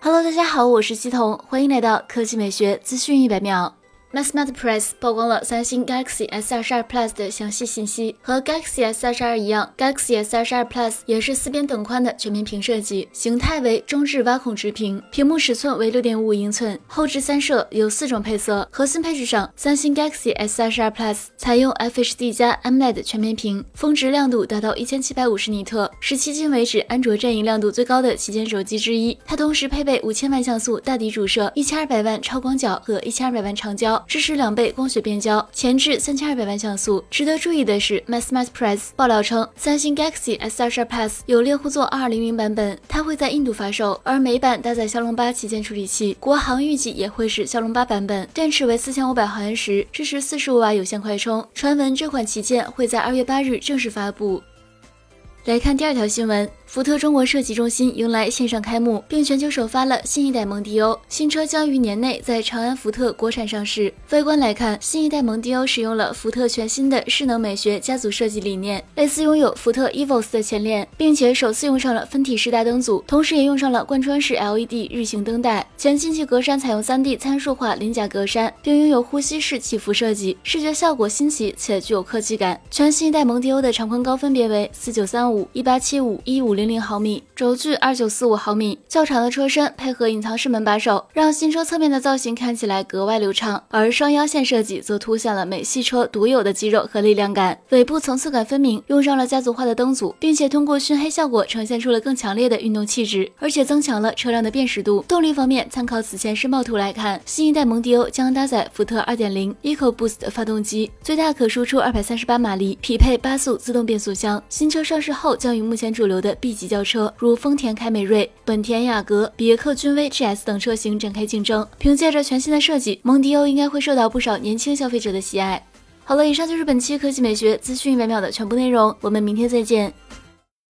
Hello， 大家好，我是西彤，欢迎来到科技美学资讯100秒。Mathmatics Press 曝光了三星 Galaxy S22 Plus 的详细信息，和 Galaxy S22 一样 ，Galaxy S22 Plus 也是4边等宽的全面屏设计，形态为中置挖孔直屏，屏幕尺寸为 6.55 英寸，后置3摄，有4种配色。核心配置上，三星 Galaxy S22 Plus 采用 FHD+ AMOLED 全面屏，峰值亮度达到1750尼特，是迄今为止安卓阵营亮度最高的旗舰手机之一。它同时配备5000万像素大底主摄、1200万超广角和1200万长焦。支持2倍光学变焦，前置3200万像素。值得注意的是 ，Mathmatics Press 爆料称，三星 Galaxy S22 Plus 有猎户座2200版本，它会在印度发售，而美版搭载骁龙8旗舰处理器，国行预计也会是骁龙8版本，电池为4500毫安时，支持45瓦有线快充。传闻这款旗舰会在2月8日正式发布。来看第二条新闻。福特中国设计中心迎来线上开幕，并全球首发了新一代蒙迪欧，新车将于年内在长安福特国产上市。外观来看，新一代蒙迪欧使用了福特全新的势能美学家族设计理念，类似拥有福特 EVOS 的前脸，并且首次用上了分体式大灯组，同时也用上了贯穿式 LED 日行灯带。前进气格栅采用 3D 参数化鳞甲格栅，并拥有呼吸式起伏设计，视觉效果新奇且具有科技感。全新一代蒙迪欧的长宽高分别为4935、1875、1500毫米，轴距2945毫米，较长的车身配合隐藏式门把手，让新车侧面的造型看起来格外流畅，而双腰线设计则凸显了美系车独有的肌肉和力量感。尾部层次感分明，用上了家族化的灯组，并且通过熏黑效果呈现出了更强烈的运动气质，而且增强了车辆的辨识度。动力方面，参考此前申报图来看，新一代蒙迪欧将搭载福特 2.0 EcoBoost 发动机，最大可输出238马力，匹配8速自动变速箱。新车上市后将与目前主流的 B 级轿车如丰田凯美瑞、本田雅阁、别克君威 GS 等车型展开竞争。凭借着全新的设计，蒙迪欧应该会受到不少年轻消费者的喜爱。好了，以上就是本期科技美学资讯100秒的全部内容，我们明天再见。